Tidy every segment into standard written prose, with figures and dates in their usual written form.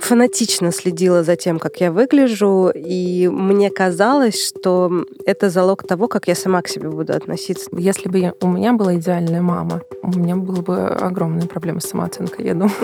фанатично следила за тем, как я выгляжу, и мне казалось, что это залог того, как я сама к себе буду относиться. Если бы у меня была идеальная мама, у меня было бы огромные проблемы с самооценкой, я думаю.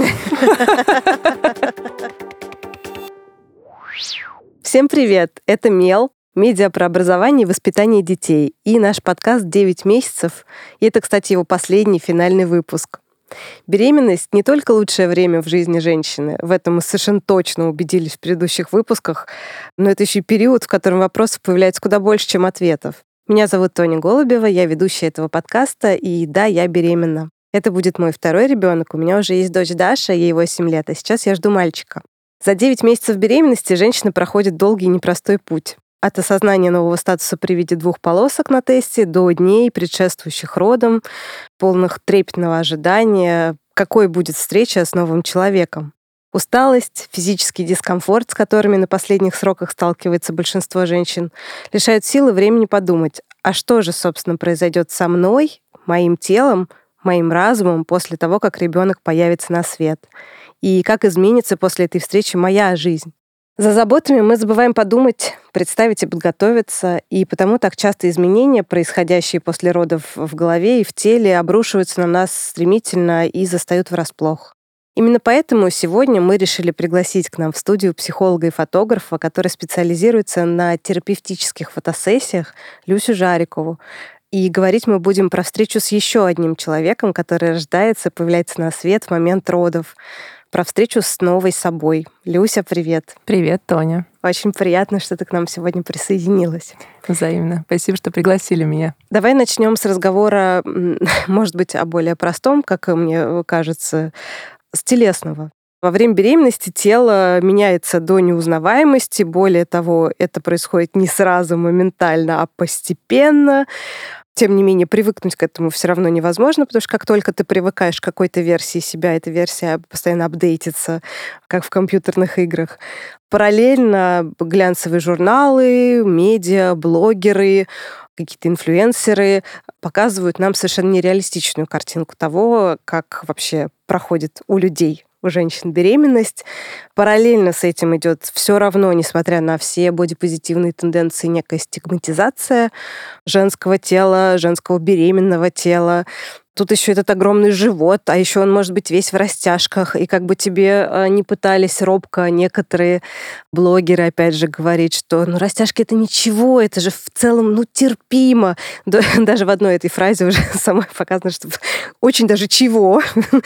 Всем привет! Это Мел, медиа про образование и воспитание детей, и наш подкаст «9 месяцев». И это, кстати, его последний финальный выпуск. Беременность не только лучшее время в жизни женщины, в этом мы совершенно точно убедились в предыдущих выпусках, но это еще и период, в котором вопросов появляется куда больше, чем ответов. Меня зовут Тоня Голубева, я ведущая этого подкаста, и да, я беременна. Это будет мой второй ребенок, у меня уже есть дочь Даша, ей 8 лет, а сейчас я жду мальчика. За 9 месяцев беременности женщина проходит долгий и непростой путь. От осознания нового статуса при виде 2 полосок на тесте до дней, предшествующих родам, полных трепетного ожидания, какой будет встреча с новым человеком. Усталость, физический дискомфорт, с которыми на последних сроках сталкивается большинство женщин, лишают сил и времени подумать, а что же, собственно, произойдет со мной, моим телом, моим разумом после того, как ребенок появится на свет, и как изменится после этой встречи моя жизнь. За заботами мы забываем подумать, представить и подготовиться, и потому так часто изменения, происходящие после родов в голове и в теле, обрушиваются на нас стремительно и застают врасплох. Именно поэтому сегодня мы решили пригласить к нам в студию психолога и фотографа, который специализируется на терапевтических фотосессиях, Люсю Жарикову. И говорить мы будем про встречу с еще одним человеком, который рождается, появляется на свет в момент родов. Про встречу с новой собой. Люся, привет. Привет, Тоня. Очень приятно, что ты к нам сегодня присоединилась. Взаимно. Спасибо, что пригласили меня. Давай начнем с разговора, может быть, о более простом, как мне кажется, с телесного. Во время беременности тело меняется до неузнаваемости. Более того, это происходит не сразу, моментально, а постепенно. Тем не менее, привыкнуть к этому все равно невозможно, потому что как только ты привыкаешь к какой-то версии себя, эта версия постоянно апдейтится, как в компьютерных играх. Параллельно глянцевые журналы, медиа, блогеры, какие-то инфлюенсеры показывают нам совершенно нереалистичную картинку того, как вообще проходит у людей, у женщин беременность. Параллельно с этим идет все равно, несмотря на все бодипозитивные тенденции, некая стигматизация женского тела, женского беременного тела. Тут еще этот огромный живот, а еще он может быть весь в растяжках. И как бы тебе не пытались робко некоторые блогеры, опять же, говорить, что растяжки — это ничего, это же в целом терпимо. Даже в одной этой фразе уже самой показано, что очень даже чего.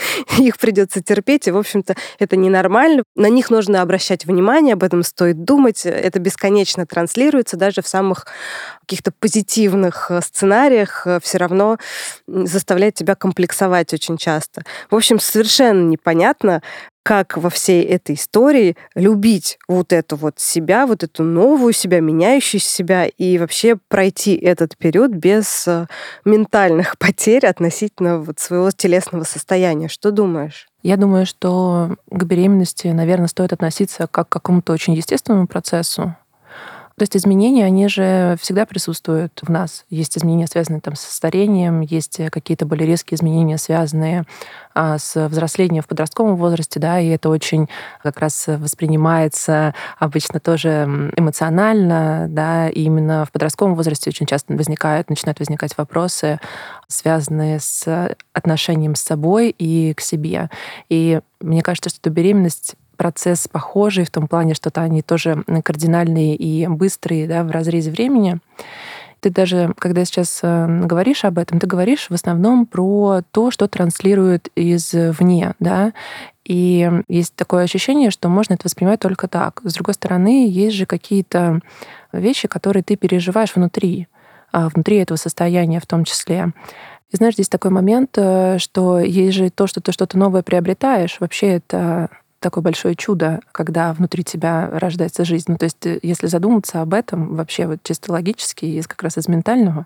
Их придется терпеть, и, в общем-то, это ненормально. На них нужно обращать внимание, об этом стоит думать. Это бесконечно транслируется, даже в самых каких-то позитивных сценариях все равно заставляет тебя комплексовать очень часто. В общем, совершенно непонятно, как во всей этой истории любить вот эту вот себя, вот эту новую себя, меняющуюся себя, и вообще пройти этот период без ментальных потерь относительно вот своего телесного состояния. Что думаешь? Я думаю, что к беременности, наверное, стоит относиться как к какому-то очень естественному процессу. То есть изменения, они же всегда присутствуют в нас. Есть изменения, связанные со старением, есть какие-то более резкие изменения, связанные с взрослением в подростковом возрасте, да, и это очень как раз воспринимается обычно тоже эмоционально, да, и именно в подростковом возрасте очень часто начинают возникать вопросы, связанные с отношением с собой и к себе. И мне кажется, что беременность процесс похожий в том плане, что они тоже кардинальные и быстрые, да, в разрезе времени. Ты даже, когда сейчас говоришь об этом, ты говоришь в основном про то, что транслируют извне, да, и есть такое ощущение, что можно это воспринимать только так. С другой стороны, есть же какие-то вещи, которые ты переживаешь внутри этого состояния в том числе. И знаешь, здесь такой момент, что есть же то, что ты что-то новое приобретаешь, вообще это такое большое чудо, когда внутри тебя рождается жизнь. То есть, если задуматься об этом вообще вот чисто логически, как раз из ментального,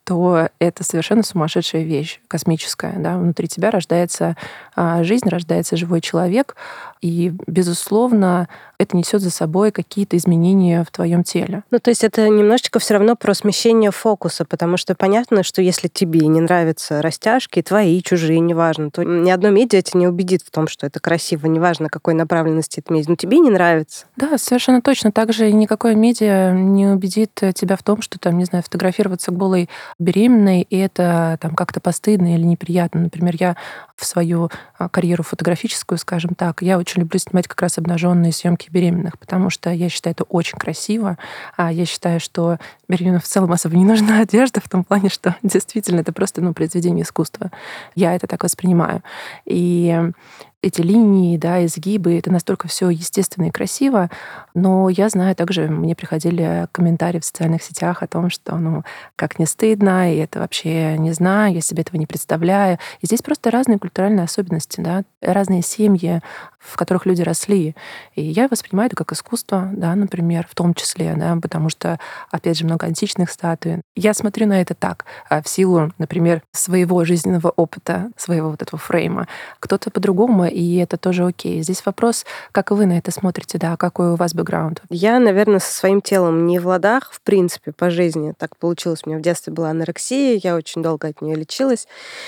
то это совершенно сумасшедшая вещь, космическая. Да? Внутри тебя рождается жизнь, рождается живой человек, И, безусловно, это несет за собой какие-то изменения в твоем теле. Ну, то есть это немножечко все равно про смещение фокуса, потому что понятно, что если тебе не нравятся растяжки, твои, чужие, неважно, то ни одно медиа тебя не убедит в том, что это красиво, неважно, какой направленности это медиа. Но тебе не нравится. Да, совершенно точно. Также никакое медиа не убедит тебя в том, что там, не знаю, фотографироваться голой беременной, и это там как-то постыдно или неприятно. Например, я в свою карьеру фотографическую, скажем так, я очень люблю снимать как раз обнаженные съемки беременных, потому что я считаю это очень красиво. А я считаю, что беременным в целом особо не нужна одежда в том плане, что действительно это просто произведение искусства. Я это так воспринимаю. И эти линии, да, изгибы, это настолько все естественно и красиво. Но я знаю, также мне приходили комментарии в социальных сетях о том, что, как не стыдно, и это вообще не знаю, я себе этого не представляю. И здесь просто разные культуральные особенности, да, разные семьи, в которых люди росли. И я воспринимаю это как искусство, да, например, в том числе, да, потому что, опять же, много античных статуй. Я смотрю на это так, в силу, например, своего жизненного опыта, своего вот этого фрейма. Кто-то по-другому, и это тоже окей. Здесь вопрос, как вы на это смотрите, да, какой у вас бэкграунд? Я, наверное, со своим телом не в ладах, в принципе, по жизни. Так получилось. У меня в детстве была анорексия, я очень долго от нее лечилась.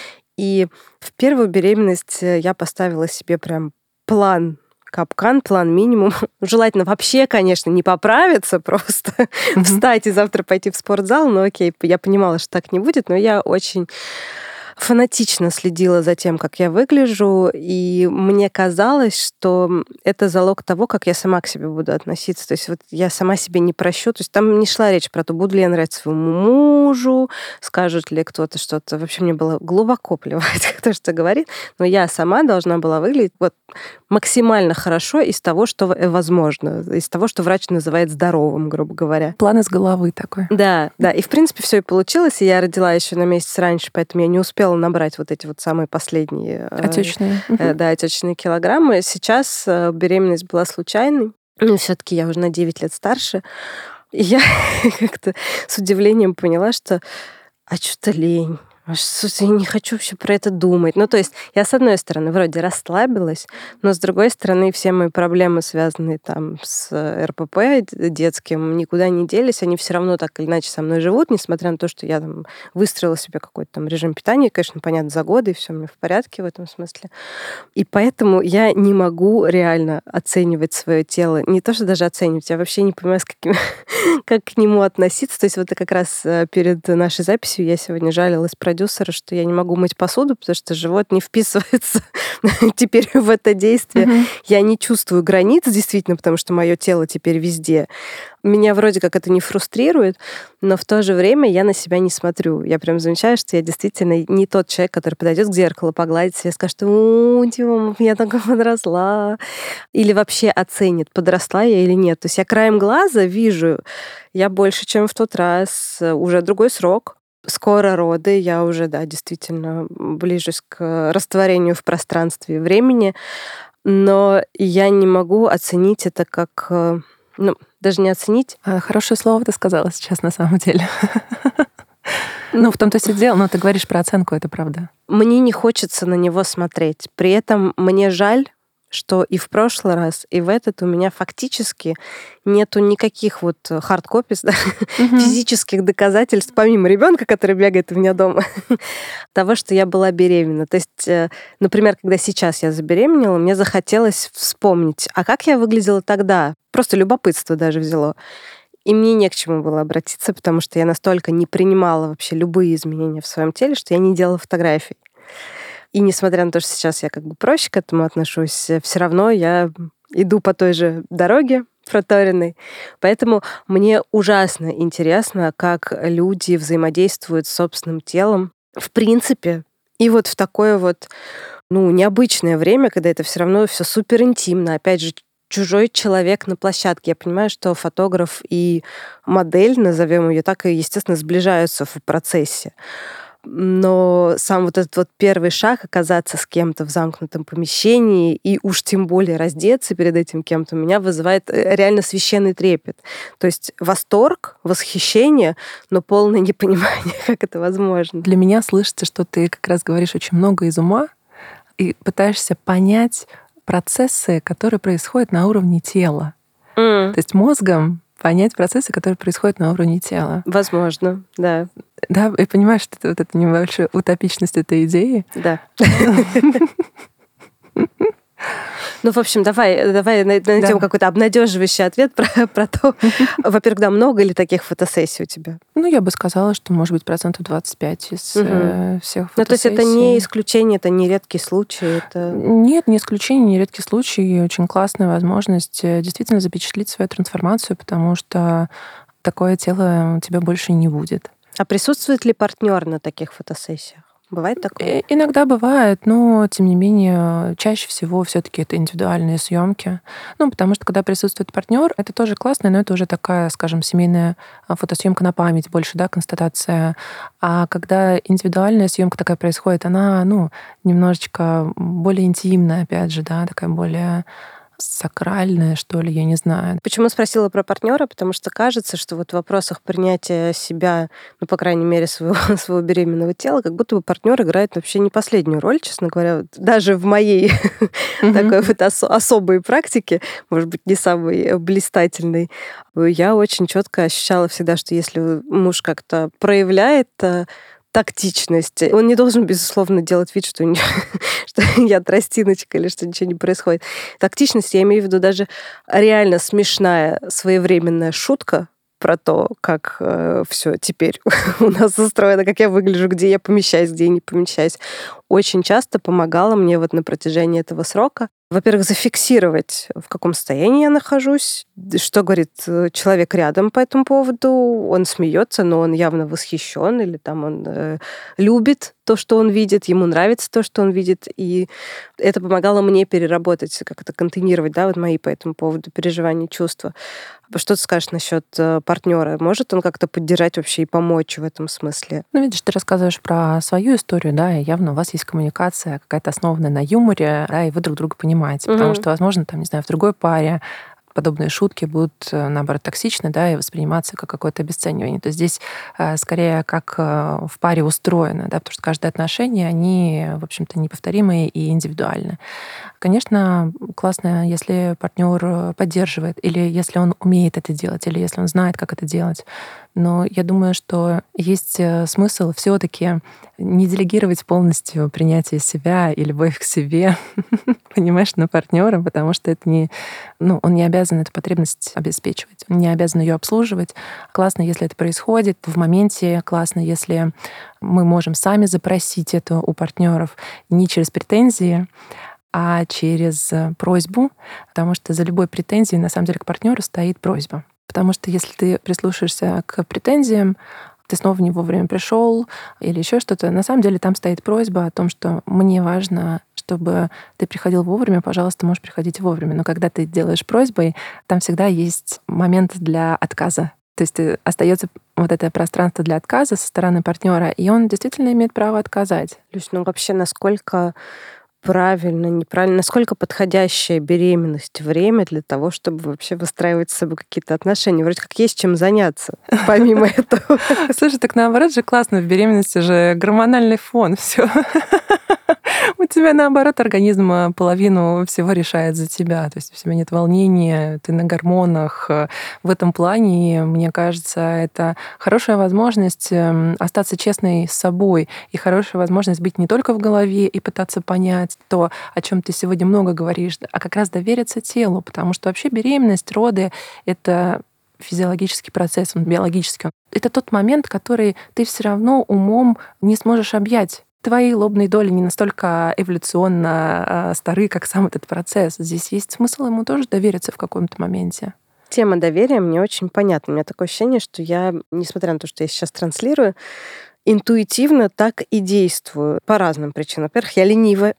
И в первую беременность я поставила себе прям план, капкан, план минимум. Желательно вообще, конечно, не поправиться, просто встать и завтра пойти в спортзал. Но окей, я понимала, что так не будет, но я очень фанатично следила за тем, как я выгляжу, и мне казалось, что это залог того, как я сама к себе буду относиться. То есть вот я сама себе не прощу. То есть там не шла речь про то, буду ли я нравиться своему мужу, скажет ли кто-то что-то. Вообще мне было глубоко плевать, кто что говорит, но я сама должна была выглядеть вот максимально хорошо из того, что возможно, из того, что врач называет здоровым, грубо говоря. План из головы такой. Да, да. И, в принципе, все и получилось. И я родила еще на месяц раньше, поэтому я не успела набрать вот эти вот самые последние... Отечные. Да, отечные килограммы. Сейчас беременность была случайной. Но все-таки я уже на 9 лет старше. И я как-то с удивлением поняла, что что-то лень. Я не хочу вообще про это думать. Ну, то есть я, с одной стороны, вроде расслабилась, но, с другой стороны, все мои проблемы, связанные там с РПП детским, никуда не делись. Они все равно так или иначе со мной живут, несмотря на то, что я там выстроила себе какой-то там режим питания, конечно, понятно, за годы, и все у меня в порядке в этом смысле. И поэтому я не могу реально оценивать свое тело. Не то, что даже оценивать, я вообще не понимаю, как к нему относиться. То есть вот как раз перед нашей записью я сегодня жалилась продюсеру, что я не могу мыть посуду, потому что живот не вписывается теперь в это действие. Я не чувствую границ, действительно, потому что мое тело теперь везде. Меня вроде как это не фрустрирует, но в то же время я на себя не смотрю. Я прям замечаю, что я действительно не тот человек, который подойдет к зеркалу, погладит себя и скажет, Тёма, я такая подросла. Или вообще оценит, подросла я или нет. То есть я краем глаза вижу, я больше, чем в тот раз, уже другой срок. Скоро роды, я уже, да, действительно ближусь к растворению в пространстве и времени, но я не могу оценить это как... даже не оценить. Хорошее слово ты сказала сейчас на самом деле. В том-то и дело, но ты говоришь про оценку, это правда. Мне не хочется на него смотреть. При этом мне жаль, что и в прошлый раз, и в этот у меня фактически нету никаких вот хардкопис, да, физических доказательств, помимо ребенка, который бегает у меня дома, того, что я была беременна. То есть, например, когда сейчас я забеременела, мне захотелось вспомнить, а как я выглядела тогда? Просто любопытство даже взяло. И мне не к чему было обратиться, потому что я настолько не принимала вообще любые изменения в своем теле, что я не делала фотографий. И несмотря на то, что сейчас я как бы проще к этому отношусь, все равно я иду по той же дороге проторенной. Поэтому мне ужасно интересно, как люди взаимодействуют с собственным телом в принципе. И вот в такое вот, необычное время, когда это все равно все супер интимно. Опять же, чужой человек на площадке. Я понимаю, что фотограф и модель, назовем ее так, и, естественно, сближаются в процессе. Но сам вот этот вот первый шаг оказаться с кем-то в замкнутом помещении и уж тем более раздеться перед этим кем-то меня вызывает реально священный трепет. То есть восторг, восхищение, но полное непонимание, как это возможно. Для меня слышится, что ты как раз говоришь очень много из ума и пытаешься понять, процессы, которые происходят на уровне тела. То есть мозгом понять процессы, которые происходят на уровне тела. Возможно, да. Да, и понимаешь, что вот эта небольшая утопичность этой идеи. Да. Ну, в общем, давай найдем какой-то обнадеживающий ответ про то, во-первых, да, много ли таких фотосессий у тебя? Ну, я бы сказала, что, может быть, 25% из всех фотосессий. Ну, то есть это не исключение, это не редкий случай? Это... Нет, не исключение, не редкий случай. И очень классная возможность действительно запечатлеть свою трансформацию, потому что такое тело у тебя больше не будет. А присутствует ли партнер на таких фотосессиях? Бывает такое? Иногда бывает, но тем не менее чаще всего все-таки это индивидуальные съемки. Ну, потому что когда присутствует партнер, это тоже классно, но это уже такая, скажем, семейная фотосъемка на память больше, да, констатация. А когда индивидуальная съемка такая происходит, она, немножечко более интимная, опять же, да, такая более сакральное, что ли, я не знаю. Почему спросила про партнера? Потому что кажется, что вот в вопросах принятия себя, по крайней мере, своего беременного тела, как будто бы партнер играет вообще не последнюю роль, честно говоря. Вот даже в моей такой вот особой практике, может быть, не самой блистательной, я очень четко ощущала всегда, что если муж как-то проявляет тактичность. Он не должен, безусловно, делать вид, что я тростиночка или что ничего не происходит. Тактичность, я имею в виду даже реально смешная своевременная шутка про то, как все теперь у нас устроено, как я выгляжу, где я помещаюсь, где я не помещаюсь, очень часто помогала мне вот на протяжении этого срока. Во-первых, зафиксировать, в каком состоянии я нахожусь, что говорит человек рядом по этому поводу. Он смеется, но он явно восхищен, или там он любит то, что он видит, ему нравится то, что он видит. И это помогало мне переработать, как-то контейнировать, да, вот мои по этому поводу переживания, чувства. Что ты скажешь насчет партнера? Может он как-то поддержать вообще и помочь в этом смысле? Ну, видишь, ты рассказываешь про свою историю, да, и явно у вас есть коммуникация какая-то основанная на юморе, да, и вы друг друга понимаете. Потому что, возможно, там, не знаю, в другой паре подобные шутки будут, наоборот, токсичны, да, и восприниматься как какое-то обесценивание. То есть здесь скорее как в паре устроено, да, потому что каждое отношение, они, в общем-то, неповторимые и индивидуальны. Конечно, классно, если партнер поддерживает, или если он умеет это делать, или если он знает, как это делать. Но я думаю, что есть смысл все-таки не делегировать полностью принятие себя и любовь к себе, понимаешь, на партнера, потому что это не, он не обязан эту потребность обеспечивать, он не обязан ее обслуживать. Классно, если это происходит в моменте, классно, если мы можем сами запросить это у партнеров не через претензии, а через просьбу, потому что за любой претензией, на самом деле, к партнеру стоит просьба. Потому что если ты прислушаешься к претензиям, ты снова не вовремя пришел или еще что-то, на самом деле там стоит просьба о том, что мне важно, чтобы ты приходил вовремя, пожалуйста, можешь приходить вовремя. Но когда ты делаешь просьбой, там всегда есть момент для отказа. То есть остается вот это пространство для отказа со стороны партнера, и он действительно имеет право отказать. Люсь, вообще насколько правильно, неправильно, насколько подходящая беременность, время для того, чтобы вообще выстраивать с собой какие-то отношения? Вроде как есть чем заняться, помимо этого. Слушай, так наоборот же классно, в беременности же гормональный фон, все. У тебя, наоборот, организм половину всего решает за тебя. То есть у тебя нет волнения, ты на гормонах. В этом плане, мне кажется, это хорошая возможность остаться честной с собой и хорошая возможность быть не только в голове и пытаться понять то, о чем ты сегодня много говоришь, а как раз довериться телу, потому что вообще беременность, роды — это физиологический процесс, он биологический. Это тот момент, который ты все равно умом не сможешь объять. Твои лобные доли не настолько эволюционно стары, как сам этот процесс. Здесь есть смысл ему тоже довериться в каком-то моменте. Тема доверия мне очень понятна. У меня такое ощущение, что я, несмотря на то, что я сейчас транслирую, интуитивно так и действую по разным причинам. Во-первых, я ленивая.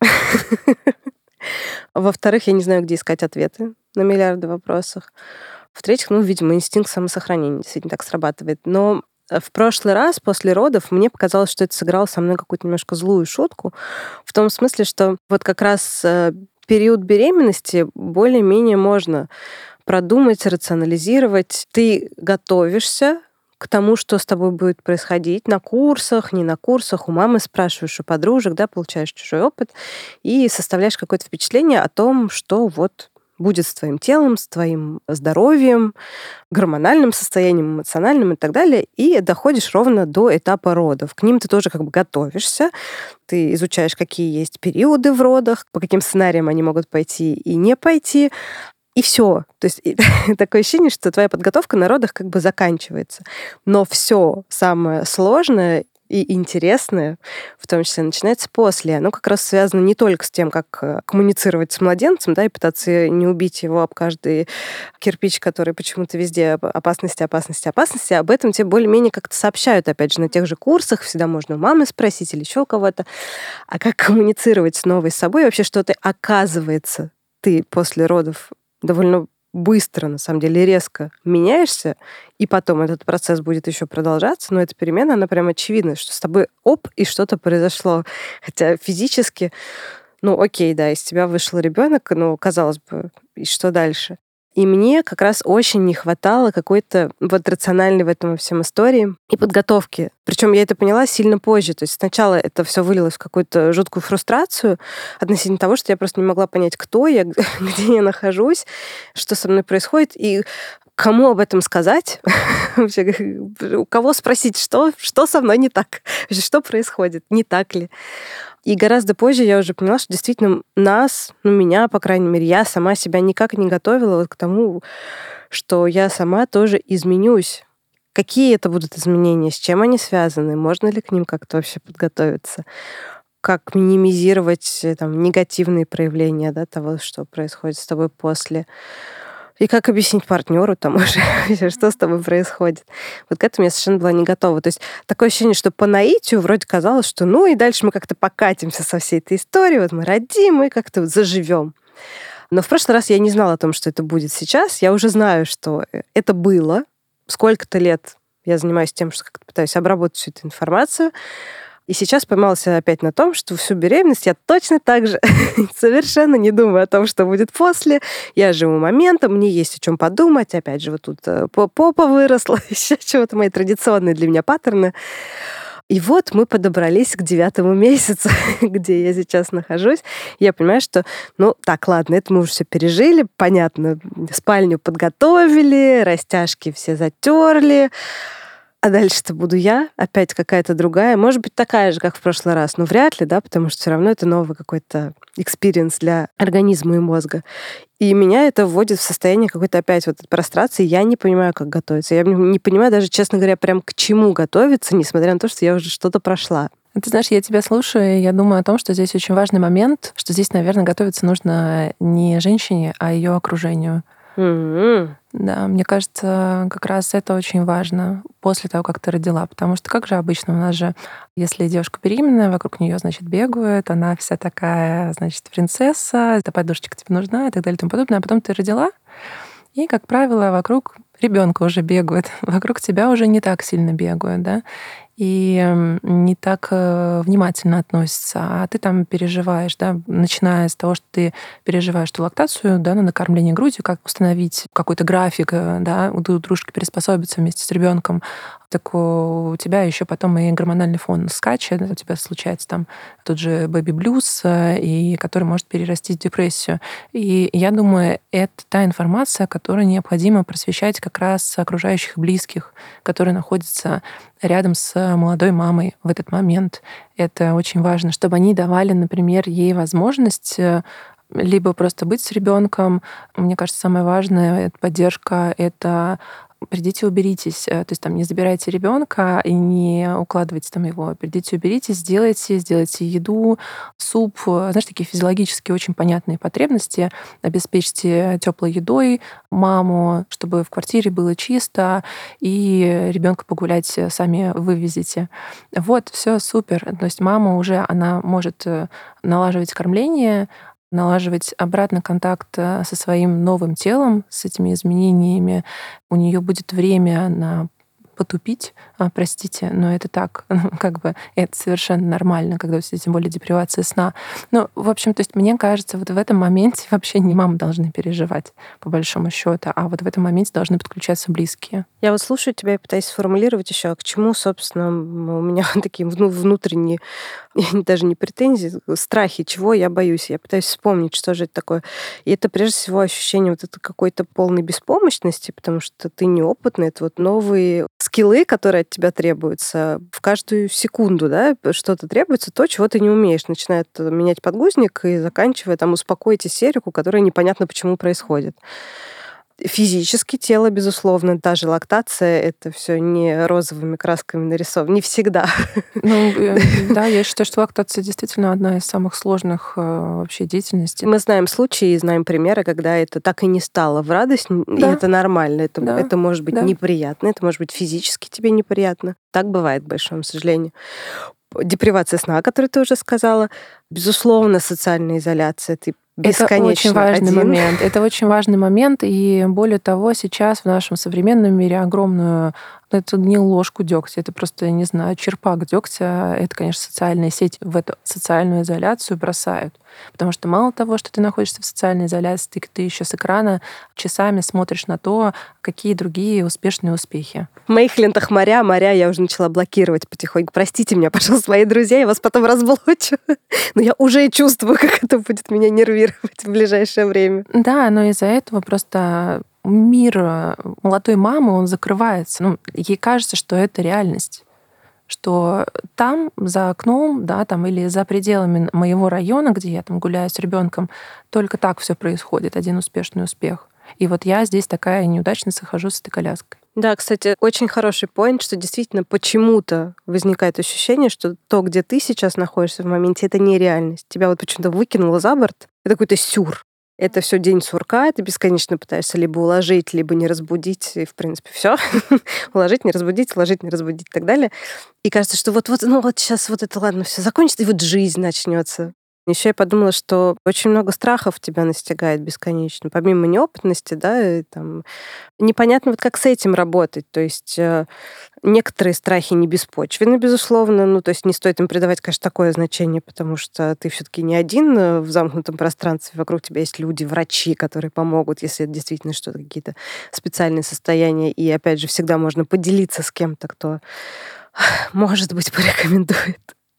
Во-вторых, я не знаю, где искать ответы на миллиарды вопросов. В-третьих, видимо, инстинкт самосохранения действительно так срабатывает. Но в прошлый раз после родов мне показалось, что это сыграло со мной какую-то немножко злую шутку, в том смысле, что вот как раз период беременности более-менее можно продумать, рационализировать. Ты готовишься к тому, что с тобой будет происходить на курсах, не на курсах, у мамы спрашиваешь, у подружек, да, получаешь чужой опыт и составляешь какое-то впечатление о том, что вот будет с твоим телом, с твоим здоровьем, гормональным состоянием, эмоциональным и так далее, и доходишь ровно до этапа родов. К ним ты тоже как бы готовишься, ты изучаешь, какие есть периоды в родах, по каким сценариям они могут пойти и не пойти, и все. То есть такое ощущение, что твоя подготовка на родах как бы заканчивается. Но все самое сложное и интересное, в том числе, начинается после. Оно как раз связано не только с тем, как коммуницировать с младенцем, да, и пытаться не убить его об каждый кирпич, который почему-то везде опасности, опасности, опасности. Об этом тебе более-менее как-то сообщают, опять же, на тех же курсах. Всегда можно у мамы спросить или еще у кого-то. А как коммуницировать с новой собой? Вообще, что ты, оказывается, ты после родов довольно быстро, на самом деле, резко меняешься, и потом этот процесс будет еще продолжаться, но эта перемена, она прям очевидна, что с тобой и что-то произошло. Хотя физически, ну окей, да, из тебя вышел ребенок, но, казалось бы, и что дальше? И мне как раз очень не хватало какой-то вот рациональной в этом во всем истории и подготовки. Причем я это поняла сильно позже. То есть сначала это все вылилось в какую-то жуткую фрустрацию относительно того, что я просто не могла понять, кто я, где я нахожусь, что со мной происходит, и кому об этом сказать? Вообще, у кого спросить, что со мной не так? Что происходит? Не так ли? И гораздо позже я уже поняла, что действительно нас, ну, меня, по крайней мере, я сама себя никак не готовила вот к тому, что я сама тоже изменюсь. Какие это будут изменения, с чем они связаны, можно ли к ним как-то вообще подготовиться, как минимизировать там, негативные проявления, да, того, что происходит с тобой после. И как объяснить партнеру тому же, что с тобой происходит. Вот к этому я совершенно была не готова. То есть такое ощущение, что по наитию вроде казалось, что ну и дальше мы как-то покатимся со всей этой историей, вот мы родим и как-то заживем. Но в прошлый раз я не знала о том, что это будет сейчас. Я уже знаю, что это было. Сколько-то лет я занимаюсь тем, что как-то пытаюсь обработать всю эту информацию. И сейчас поймалась опять на том, что всю беременность я точно так же совершенно не думаю о том, что будет после. Я живу моментом, мне есть о чем подумать. Опять же, вот тут попа выросла, еще чего-то, мои традиционные для меня паттерны. И вот мы подобрались к 9-му месяцу, где я сейчас нахожусь. Я понимаю, что, ну, так, ладно, это мы уже все пережили, понятно, спальню подготовили, растяжки все затерли. А дальше-то буду я, опять какая-то другая, может быть, такая же, как в прошлый раз, но вряд ли, да, потому что все равно это новый какой-то экспириенс для организма и мозга. И меня это вводит в состояние какой-то опять вот прострации. Я не понимаю, как готовиться. Я не понимаю даже, честно говоря, прям к чему готовиться, несмотря на то, что я уже что-то прошла. Ты знаешь, я тебя слушаю, и я думаю о том, что здесь очень важный момент, что здесь, наверное, готовиться нужно не женщине, а ее окружению. Mm-hmm. Да, мне кажется, как раз это очень важно после того, как ты родила. Потому что как же обычно у нас же, если девушка беременная, вокруг нее, значит, бегают, она вся такая, значит, принцесса, эта подушечка тебе нужна и так далее и тому подобное. А потом ты родила, и, как правило, вокруг ребенка уже бегают, вокруг тебя уже не так сильно бегают, да, и не так внимательно относятся, а ты там переживаешь, да, начиная с того, что ты переживаешь ту лактацию, да, на накормление грудью, как установить какой-то график, да, у дружки переспособиться вместе с ребенком, так у тебя еще потом и гормональный фон скачет, у тебя случается там тот же бэби-блюз, и который может перерасти в депрессию. И я думаю, это та информация, которую необходимо просвещать как раз окружающих близких, которые находятся рядом с молодой мамой в этот момент. Это очень важно, чтобы они давали, например, ей возможность либо просто быть с ребенком. Мне кажется, самое важное — это поддержка, это придите, уберитесь. То есть там не забирайте ребенка и не укладывайте там его. Придите, уберитесь, сделайте еду, суп. Знаешь, такие физиологические очень понятные потребности. Обеспечьте теплой едой маму, чтобы в квартире было чисто, и ребенка погулять сами вывезете. Вот, все супер. То есть мама уже, она может налаживать кормление, налаживать обратно контакт со своим новым телом, с этими изменениями. У нее будет время на потупить, простите, но это так, как бы это совершенно нормально, когда у тебя тем более депривация сна. Ну, в общем, то есть мне кажется, вот в этом моменте вообще не мамы должны переживать, по большому счету, а вот в этом моменте должны подключаться близкие. Я вот слушаю тебя и пытаюсь сформулировать еще, а к чему, собственно, у меня такие внутренние, даже не претензии, страхи, чего я боюсь. Я пытаюсь вспомнить, что же это такое. И это прежде всего ощущение вот этой какой-то полной беспомощности, потому что ты неопытный. Это вот новые скиллы, которые от тебя требуются в каждую секунду, да, что-то требуется, то, чего ты не умеешь. Начинает менять подгузник и заканчивая там успокоить истерику, которая непонятно почему происходит. Физически тело, безусловно, даже лактация, это все не розовыми красками нарисовано. Не всегда. Ну, да, я считаю, что лактация действительно одна из самых сложных вообще деятельностей. Мы знаем случаи и знаем примеры, когда это так и не стало в радость, и это нормально. Это может быть неприятно, это может быть физически тебе неприятно. Так бывает, к большому сожалению. Депривация сна, о которой ты уже сказала. Безусловно, социальная изоляция. Ты бесконечно это очень важный один. момент. Это очень важный момент, и более того, сейчас в нашем современном мире огромную это не ложку дегтя, это просто, я не знаю, черпак дегтя. Это, конечно, социальные сети в эту социальную изоляцию бросают. Потому что мало того, что ты находишься в социальной изоляции, ты еще с экрана часами смотришь на то, какие другие успешные успехи. В моих лентах моря я уже начала блокировать потихоньку. Простите меня, пожалуйста, мои друзья, я вас потом разблочу. Но я уже чувствую, как это будет меня нервировать в ближайшее время. Да, но из-за этого просто мир молодой мамы, он закрывается. Ну, ей кажется, что это реальность. Что там, за окном, да, там, или за пределами моего района, где я там гуляю с ребенком, только так все происходит, один успешный успех. И вот я здесь такая неудачница, хожу с этой коляской. Да, кстати, очень хороший поинт, что действительно почему-то возникает ощущение, что то, где ты сейчас находишься в моменте, это не реальность. Тебя вот почему-то выкинуло за борт. Это какой-то сюр. Это все день сурка, ты бесконечно пытаешься либо уложить, либо не разбудить, и, в принципе, все. Уложить, не разбудить, уложить, не разбудить и так далее. И кажется, что вот сейчас вот это, ладно, все закончится, и вот жизнь начнется. Еще я подумала, что очень много страхов тебя настигает бесконечно. Помимо неопытности, да, и там непонятно, вот как с этим работать. То есть некоторые страхи не беспочвенны, безусловно. Ну, то есть не стоит им придавать, конечно, такое значение, потому что ты все-таки не один в замкнутом пространстве. Вокруг тебя есть люди, врачи, которые помогут, если это действительно что-то, какие-то специальные состояния. И, опять же, всегда можно поделиться с кем-то, кто, может быть, порекомендует,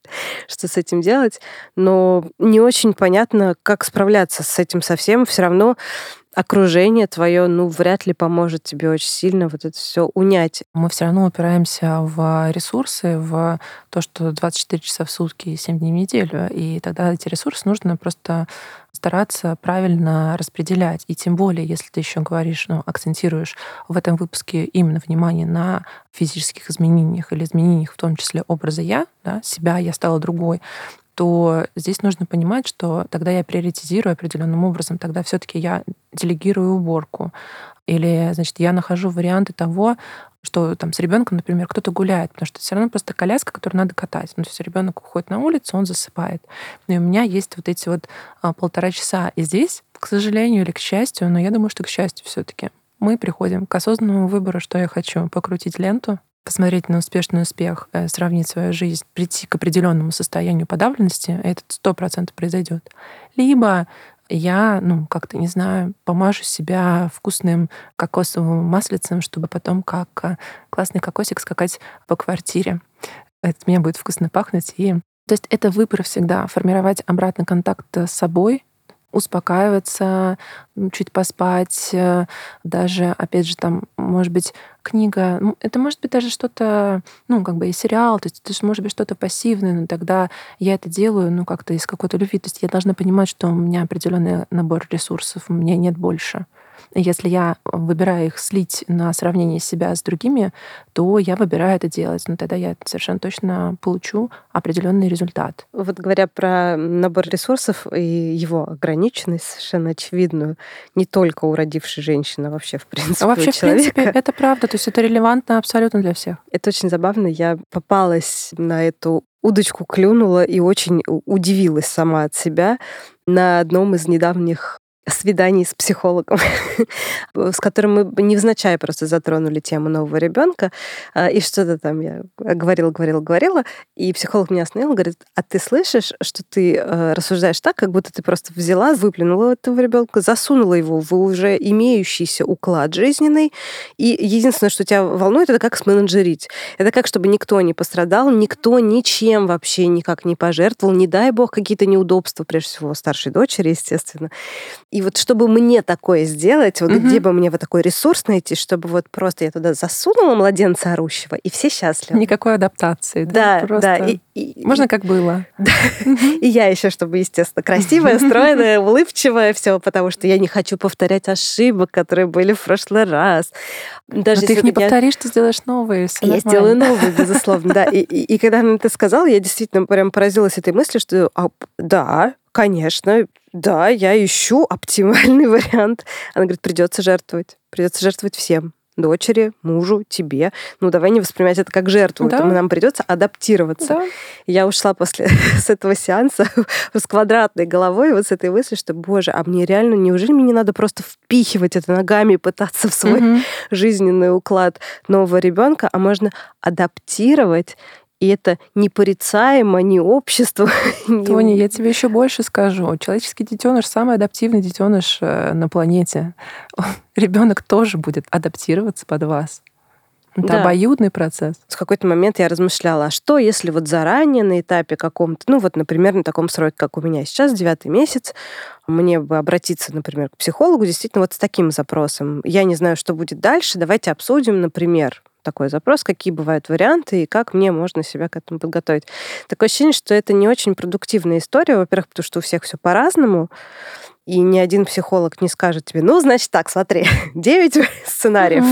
что с этим делать, но не очень понятно, как справляться с этим совсем. Все равно окружение твое, вряд ли поможет тебе очень сильно вот это все унять. Мы все равно упираемся в ресурсы, в то, что 24 часа в сутки и 7 дней в неделю. И тогда эти ресурсы нужно просто стараться правильно распределять. И тем более, если ты еще говоришь, акцентируешь в этом выпуске именно внимание на физических изменениях или изменениях, в том числе образа я, да, себя, я стала другой, то здесь нужно понимать, что тогда я приоритизирую определенным образом, тогда все-таки я делегирую уборку. Или, значит, я нахожу варианты того, что там с ребенком, например, кто-то гуляет, потому что все равно просто коляска, которую надо катать. То есть ребенок уходит на улицу, он засыпает. И у меня есть вот эти вот 1,5 часа. И здесь, к сожалению или к счастью, но я думаю, что к счастью все-таки, мы приходим к осознанному выбору, что я хочу: покрутить ленту, посмотреть на успешный успех, сравнить свою жизнь, прийти к определенному состоянию подавленности, это 100% произойдет. Либо я, как-то, не знаю, помажу себя вкусным кокосовым маслицем, чтобы потом как классный кокосик скакать по квартире. Это от меня будет вкусно пахнуть. То есть это выбор всегда. Формировать обратный контакт с собой, успокаиваться, чуть поспать, даже, опять же, там, может быть, книга, это может быть даже что-то, и сериал, то есть это может быть что-то пассивное, но тогда я это делаю, как-то из какой-то любви. То есть я должна понимать, что у меня определенный набор ресурсов, у меня нет больше. Если я выбираю их слить на сравнение себя с другими, то я выбираю это делать. Но тогда я совершенно точно получу определенный результат. Вот говоря про набор ресурсов и его ограниченность совершенно очевидную, не только у родившей женщины, а вообще, в принципе, вообще, у человека. В принципе, это правда. То есть это релевантно абсолютно для всех. Это очень забавно. Я попалась на эту удочку, клюнула и очень удивилась сама от себя на одном из недавних свиданий с психологом, с которым мы невзначай просто затронули тему нового ребенка. И что-то там я говорила, и психолог меня остановил, говорит: а ты слышишь, что ты рассуждаешь так, как будто ты просто взяла, выплюнула этого ребенка, засунула его в уже имеющийся уклад жизненный, и единственное, что тебя волнует, это как сменеджерить. Это как, чтобы никто не пострадал, никто ничем вообще никак не пожертвовал, не дай бог какие-то неудобства, прежде всего старшей дочери, естественно. И вот чтобы мне такое сделать, вот где бы мне вот такой ресурс найти, чтобы вот просто я туда засунула младенца орущего, и все счастливы. Никакой адаптации. Да, просто... да. Можно как было. И я еще, чтобы, естественно, красивая, стройная, улыбчивая, все, потому что я не хочу повторять ошибок, которые были в прошлый раз. Даже ты их не повторишь, ты сделаешь новые. Я сделаю новые, безусловно, да. И когда она это сказала, я действительно прям поразилась этой мыслью, что да, конечно, да, я ищу оптимальный вариант. Она говорит, придется жертвовать всем. Дочери, мужу, тебе. Ну, давай не воспринимать это как жертву. Да. Нам придется адаптироваться. Да. Я ушла с этого сеанса с квадратной головой, вот с этой мыслью, что, боже, а мне реально, неужели мне не надо просто впихивать это ногами и пытаться в свой жизненный уклад нового ребенка, а можно адаптировать. И это непорицаемо ни обществу. Тоня, я тебе еще больше скажу. Человеческий детеныш самый адаптивный детеныш на планете. Ребенок тоже будет адаптироваться под вас. Это обоюдный процесс. В какой-то момент я размышляла, а что, если вот заранее на этапе каком-то, ну вот, например, на таком сроке, как у меня сейчас, 9-й месяц, мне бы обратиться, например, к психологу действительно вот с таким запросом. Я не знаю, что будет дальше, давайте обсудим, например, такой запрос, какие бывают варианты и как мне можно себя к этому подготовить. Такое ощущение, что это не очень продуктивная история, во-первых, потому что у всех все по-разному, и ни один психолог не скажет тебе, ну, значит так, смотри, 9 сценариев.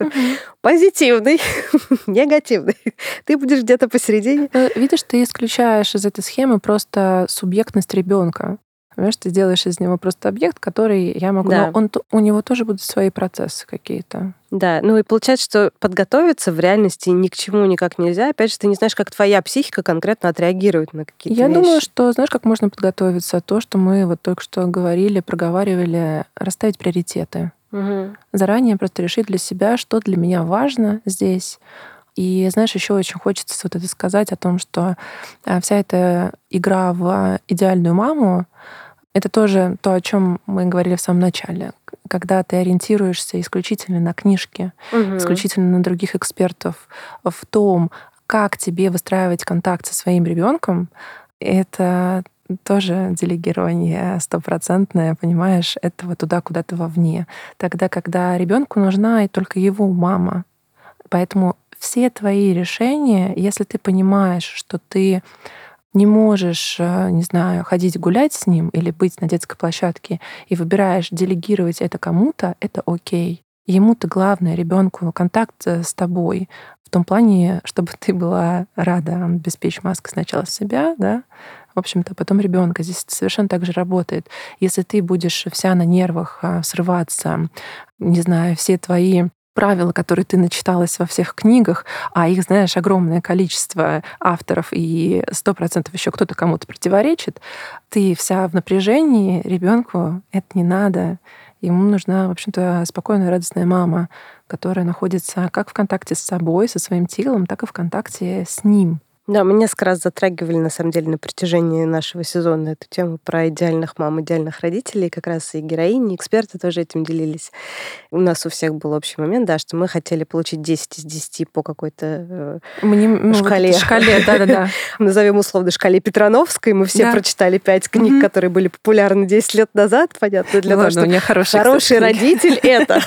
Позитивный, негативный. Ты будешь где-то посередине. Видишь, ты исключаешь из этой схемы просто субъектность ребенка. Понимаешь, ты делаешь из него просто объект, который я могу... Да. Но у него тоже будут свои процессы какие-то. Да, ну и получается, что подготовиться в реальности ни к чему никак нельзя. Опять же, ты не знаешь, как твоя психика конкретно отреагирует на какие-то вещи. Я думаю, что, знаешь, как можно подготовиться? То, что мы вот только что говорили, проговаривали, расставить приоритеты. Заранее просто решить для себя, что для меня важно здесь. И, знаешь, еще очень хочется вот это сказать о том, что вся эта игра в идеальную маму, это тоже то, о чем мы говорили в самом начале. Когда ты ориентируешься исключительно на книжки, исключительно на других экспертов, в том, как тебе выстраивать контакт со своим ребенком, это тоже делегирование стопроцентное, понимаешь, этого туда, куда-то вовне. Тогда, когда ребенку нужна и только его мама. Поэтому все твои решения, если ты понимаешь, что ты не можешь, не знаю, ходить гулять с ним или быть на детской площадке и выбираешь делегировать это кому-то, это окей. Ему-то главное, ребенку, контакт с тобой в том плане, чтобы ты была рада обеспечить маску сначала себя, да, в общем-то, потом ребенка. Здесь это совершенно так же работает. Если ты будешь вся на нервах срываться, не знаю, все твои правила, которые ты начиталась во всех книгах, а их, знаешь, огромное количество авторов, и 100% еще кто-то кому-то противоречит, ты вся в напряжении, ребенку это не надо. Ему нужна, в общем-то, спокойная, радостная мама, которая находится как в контакте с собой, со своим телом, так и в контакте с ним. Да, мы несколько раз затрагивали, на самом деле, на протяжении нашего сезона эту тему про идеальных мам, идеальных родителей. Как раз и героини, и эксперты тоже этим делились. У нас у всех был общий момент, да, что мы хотели получить 10 из 10 по какой-то шкале. Шкале, да-да-да. Назовем условно шкале Петрановской. Мы все прочитали 5 книг, которые были популярны 10 лет назад. Понятно, для того, что хороший родитель — это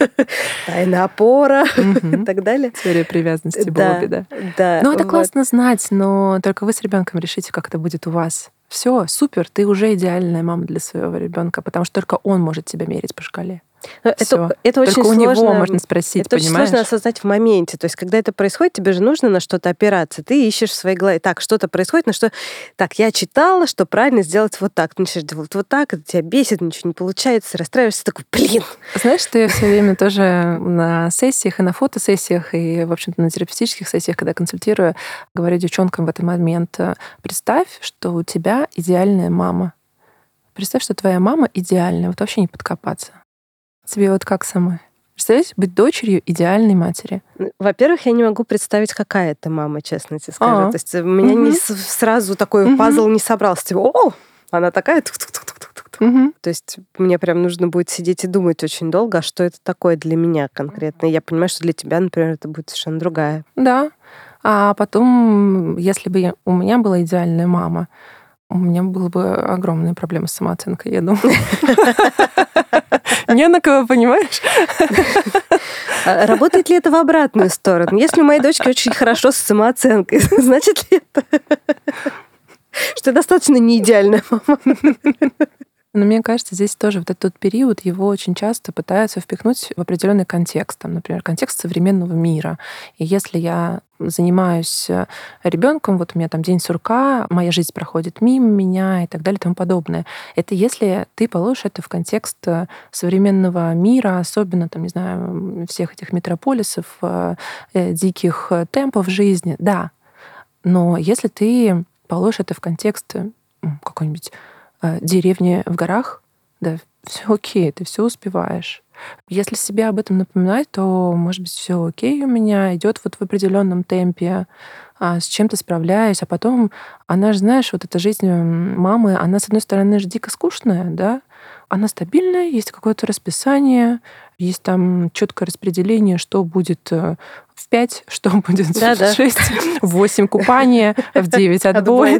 тайна опора и так далее. Теория привязанности Бобби, да. Ну, это классно знать, но только вы с ребенком решите, как это будет у вас. Все, супер, ты уже идеальная мама для своего ребенка, потому что только он может тебя мерить по шкале. Это очень только сложно. У него можно спросить, это понимаешь? очень сложно осознать в моменте. То есть, когда это происходит, тебе же нужно на что-то опираться. Ты ищешь в своей голове. Так, что-то происходит, на что... Так, я читала, что правильно сделать вот так. Ты начинаешь делать вот так, это тебя бесит, ничего не получается, расстраиваешься, такой, блин. Знаешь, что я все время тоже на сессиях и на фотосессиях, и, в общем-то, на терапевтических сессиях, когда консультирую, говорю девчонкам в этот момент, представь, что у тебя идеальная мама. Представь, что твоя мама идеальная, вот вообще не подкопаться. Тебе вот как самой? Представляете, быть дочерью идеальной матери. Во-первых, я не могу представить, какая это мама, честно тебе скажу. То есть у меня Мгм. сразу такой пазл не собрался. Типа, о, она такая. Мгм. То есть мне прям нужно будет сидеть и думать очень долго, а что это такое для меня конкретно. И я понимаю, что для тебя, например, это будет совершенно другая. Да. А потом, если бы у меня была идеальная мама, у меня было бы огромные проблемы с самооценкой, я думаю. Не на кого, понимаешь? А работает ли это в обратную сторону? Если у моей дочки очень хорошо с самооценкой, значит ли это, что я достаточно не идеальная мама? Но мне кажется, здесь тоже вот этот период, его очень часто пытаются впихнуть в определенный контекст, там, например, контекст современного мира. И если я занимаюсь ребенком, вот у меня там день сурка, моя жизнь проходит мимо меня и так далее и тому подобное. Это если ты положишь это в контекст современного мира, особенно там, не знаю, всех этих метрополисов, диких темпов жизни, да. Но если ты положишь это в контекст какой-нибудь деревни в горах, да, все окей, ты все успеваешь. Если себе об этом напоминать, то, может быть, все окей у меня, идет вот в определенном темпе, с чем-то справляюсь, а потом, она же, знаешь, вот эта жизнь мамы, она, с одной стороны, же дико скучная, да, она стабильная, есть какое-то расписание, есть там четкое распределение, что будет в 5, что будет в 6, в 8 купания, в 9 отбой.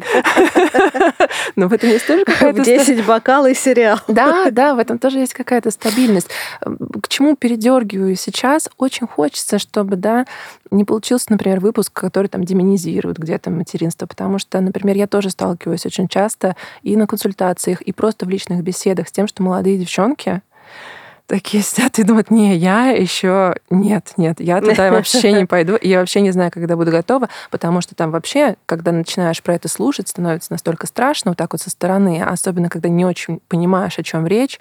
Но в этом есть тоже какая-то... В 10 бокал и сериал. Да, в этом тоже есть какая-то стабильность. К чему передергиваю сейчас? Очень хочется, чтобы, да, не получился, например, выпуск, который там демонизирует где-то материнство, потому что, например, я тоже сталкиваюсь очень часто и на консультациях, и просто в личных беседах с тем, что молодые девчонки такие сидят и думают, не, я еще нет, я туда вообще не пойду, и я вообще не знаю, когда буду готова, потому что там вообще, когда начинаешь про это слушать, становится настолько страшно вот так вот со стороны, особенно когда не очень понимаешь, о чем речь,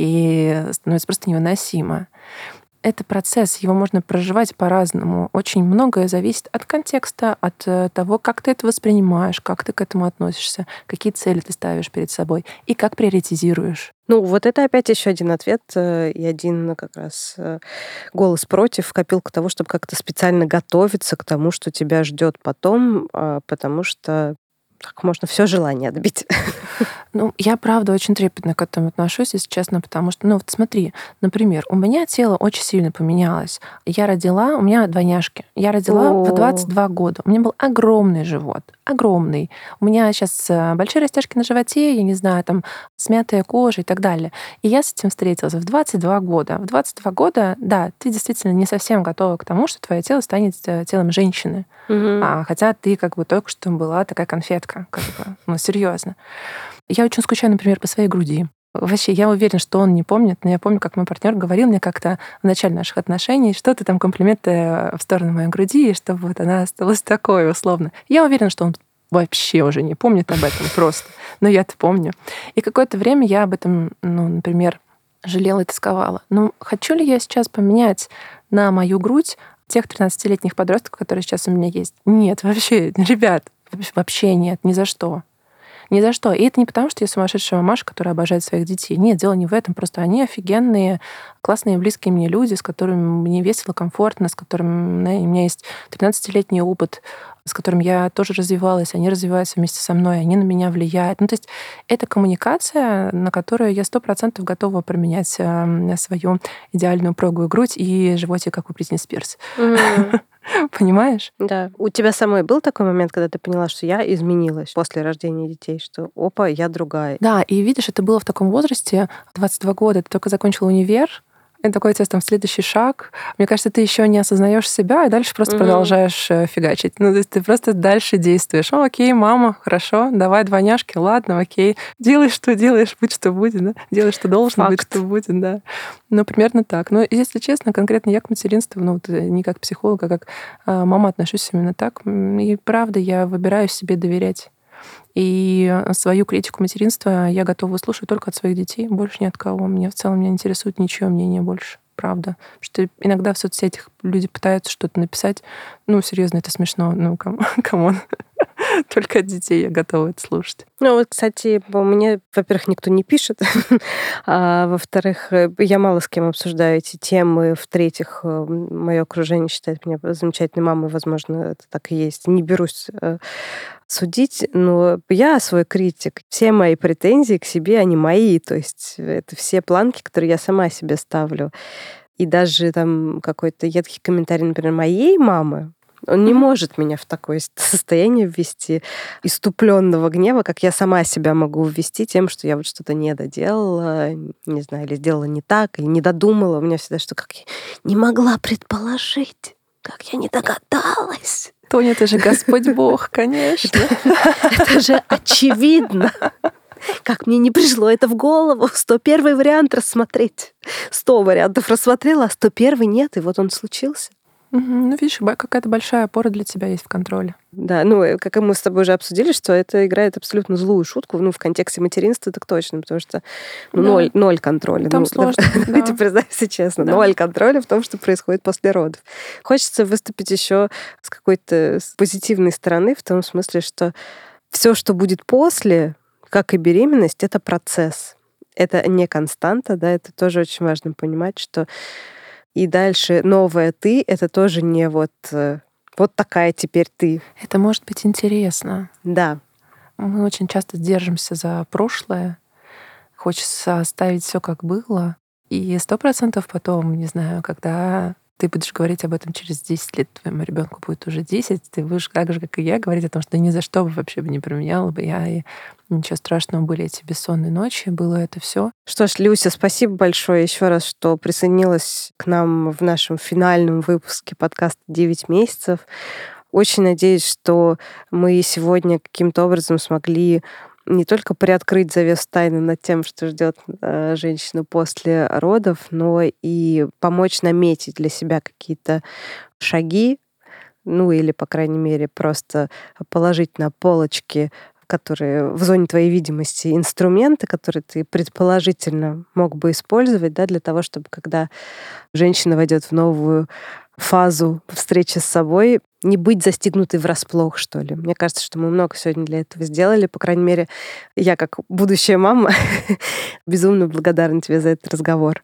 и становится просто невыносимо. Это процесс, его можно проживать по-разному. Очень многое зависит от контекста, от того, как ты это воспринимаешь, как ты к этому относишься, какие цели ты ставишь перед собой и как приоритизируешь. Ну, вот это опять еще один ответ и один как раз голос против, копилку того, чтобы как-то специально готовиться к тому, что тебя ждет потом, потому что так можно все желание отбить. Ну, я, правда, очень трепетно к этому отношусь, если честно, потому что, ну, вот смотри, например, у меня тело очень сильно поменялось. Я родила, у меня двойняшки. Я родила в 22 года. У меня был огромный живот, огромный. У меня сейчас большие растяжки на животе, я не знаю, там, смятая кожа и так далее. И я с этим встретилась в 22 года. В 22 года, да, ты действительно не совсем готова к тому, что твое тело станет телом женщины. Хотя ты как бы только что была такая конфетка, как бы, ну, серьезно. Я очень скучаю, например, по своей груди. Вообще, я уверена, что он не помнит, но я помню, как мой партнер говорил мне как-то в начале наших отношений, что-то там комплименты в сторону моей груди, и чтобы вот она осталась такой, условно. Я уверена, что он вообще уже не помнит об этом просто. Но я-то помню. И какое-то время я об этом, ну, например, жалела и тосковала. Ну, хочу ли я сейчас поменять на мою грудь тех 13-летних подростков, которые сейчас у меня есть? Нет, вообще, ребят, вообще нет, ни за что. Ни за что. И это не потому, что я сумасшедшая мамаша, которая обожает своих детей. Нет, дело не в этом. Просто они офигенные, классные, близкие мне люди, с которыми мне весело, комфортно, с которыми у меня есть 13-летний опыт, с которым я тоже развивалась, они развиваются вместе со мной, они на меня влияют. Ну, то есть это коммуникация, на которую я 100% готова променять свою идеальную упругую грудь и животик, как у Бритни Спирс. Понимаешь? Да. У тебя самой был такой момент, когда ты поняла, что я изменилась после рождения детей, что опа, я другая? Да, и видишь, это было в таком возрасте, 22 года, ты только закончила универ, и такой у тебя там следующий шаг. Мне кажется, ты еще не осознаешь себя, и дальше просто продолжаешь фигачить. Ну, то есть ты просто дальше действуешь. О, окей, мама, хорошо, давай двойняшки, ладно, окей. Делай, что делаешь, будь что будет, да? Делай, что должен, будь что будет, да. Ну, примерно так. Но, если честно, конкретно я к материнству, ну, вот, не как психолог, а как мама отношусь именно так. И правда, я выбираю себе доверять. И свою критику материнства я готова слушать только от своих детей, больше ни от кого. Мне в целом не интересует ничье мнение больше, правда. Потому что иногда в соцсетях люди пытаются что-то написать. Ну, серьезно, это смешно. Ну, камон. Только от детей я готова это слушать. Ну вот, кстати, мне, во-первых, никто не пишет, а во-вторых, я мало с кем обсуждаю эти темы, в-третьих, мое окружение считает меня замечательной мамой, возможно, это так и есть. Не берусь судить, но я свой критик. Все мои претензии к себе, они мои, то есть это все планки, которые я сама себе ставлю. И даже там какой-то едкий комментарий, например, моей мамы, он не может меня в такое состояние ввести иступленного гнева, как я сама себя могу ввести тем, что я вот что-то не доделала, не знаю, или сделала не так, или не додумала. У меня всегда что, как я не могла предположить, как я не догадалась. Тоня, ты же Господь Бог, конечно. Это же очевидно. Как мне не пришло это в голову. 101 вариант рассмотреть. 100 вариантов рассмотрела, а 101 нет, и вот он случился. Ну, видишь, какая-то большая опора для тебя есть в контроле. Да, ну, как мы с тобой уже обсудили, что это играет абсолютно злую шутку, ну, в контексте материнства так точно, потому что ноль контроля. Там сложно. Давайте признаемся честно, ноль контроля в том, что происходит после родов. Хочется выступить еще с какой-то позитивной стороны, в том смысле, что все, что будет после, как и беременность, это процесс. Это не константа, да, это тоже очень важно понимать, что и дальше новая ты — это тоже не вот такая теперь ты. Это может быть интересно. Да. Мы очень часто держимся за прошлое. Хочется оставить все как было. И 100% потом, не знаю, когда ты будешь говорить об этом через 10 лет, твоему ребенку будет уже 10, ты будешь так же, как и я, говорить о том, что ни за что бы вообще бы не променяла бы я, и ничего страшного, были эти бессонные ночи, было это все. Что ж, Люся, спасибо большое еще раз, что присоединилась к нам в нашем финальном выпуске подкаста «9 месяцев». Очень надеюсь, что мы сегодня каким-то образом смогли не только приоткрыть завесу тайны над тем, что ждет женщину после родов, но и помочь наметить для себя какие-то шаги, ну или, по крайней мере, просто положить на полочки, которые в зоне твоей видимости, инструменты, которые ты предположительно мог бы использовать, да, для того, чтобы когда женщина войдет в новую фазу встречи с собой, не быть застигнутой врасплох, что ли. Мне кажется, что мы много сегодня для этого сделали. По крайней мере, я, как будущая мама, безумно благодарна тебе за этот разговор.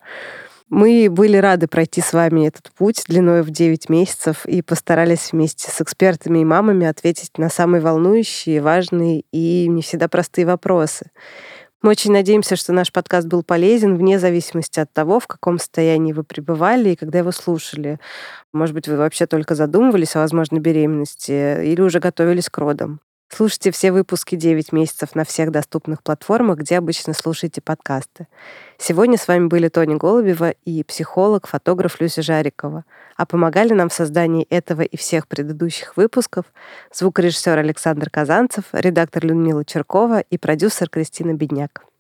Мы были рады пройти с вами этот путь длиной в 9 месяцев и постарались вместе с экспертами и мамами ответить на самые волнующие, важные и не всегда простые вопросы. Мы очень надеемся, что наш подкаст был полезен вне зависимости от того, в каком состоянии вы пребывали и когда его слушали. Может быть, вы вообще только задумывались о возможной беременности или уже готовились к родам. Слушайте все выпуски 9 месяцев на всех доступных платформах, где обычно слушаете подкасты. Сегодня с вами были Тоня Голубева и психолог, фотограф Люся Жарикова. А помогали нам в создании этого и всех предыдущих выпусков звукорежиссер Александр Казанцев, редактор Людмила Черкова и продюсер Кристина Бедняк.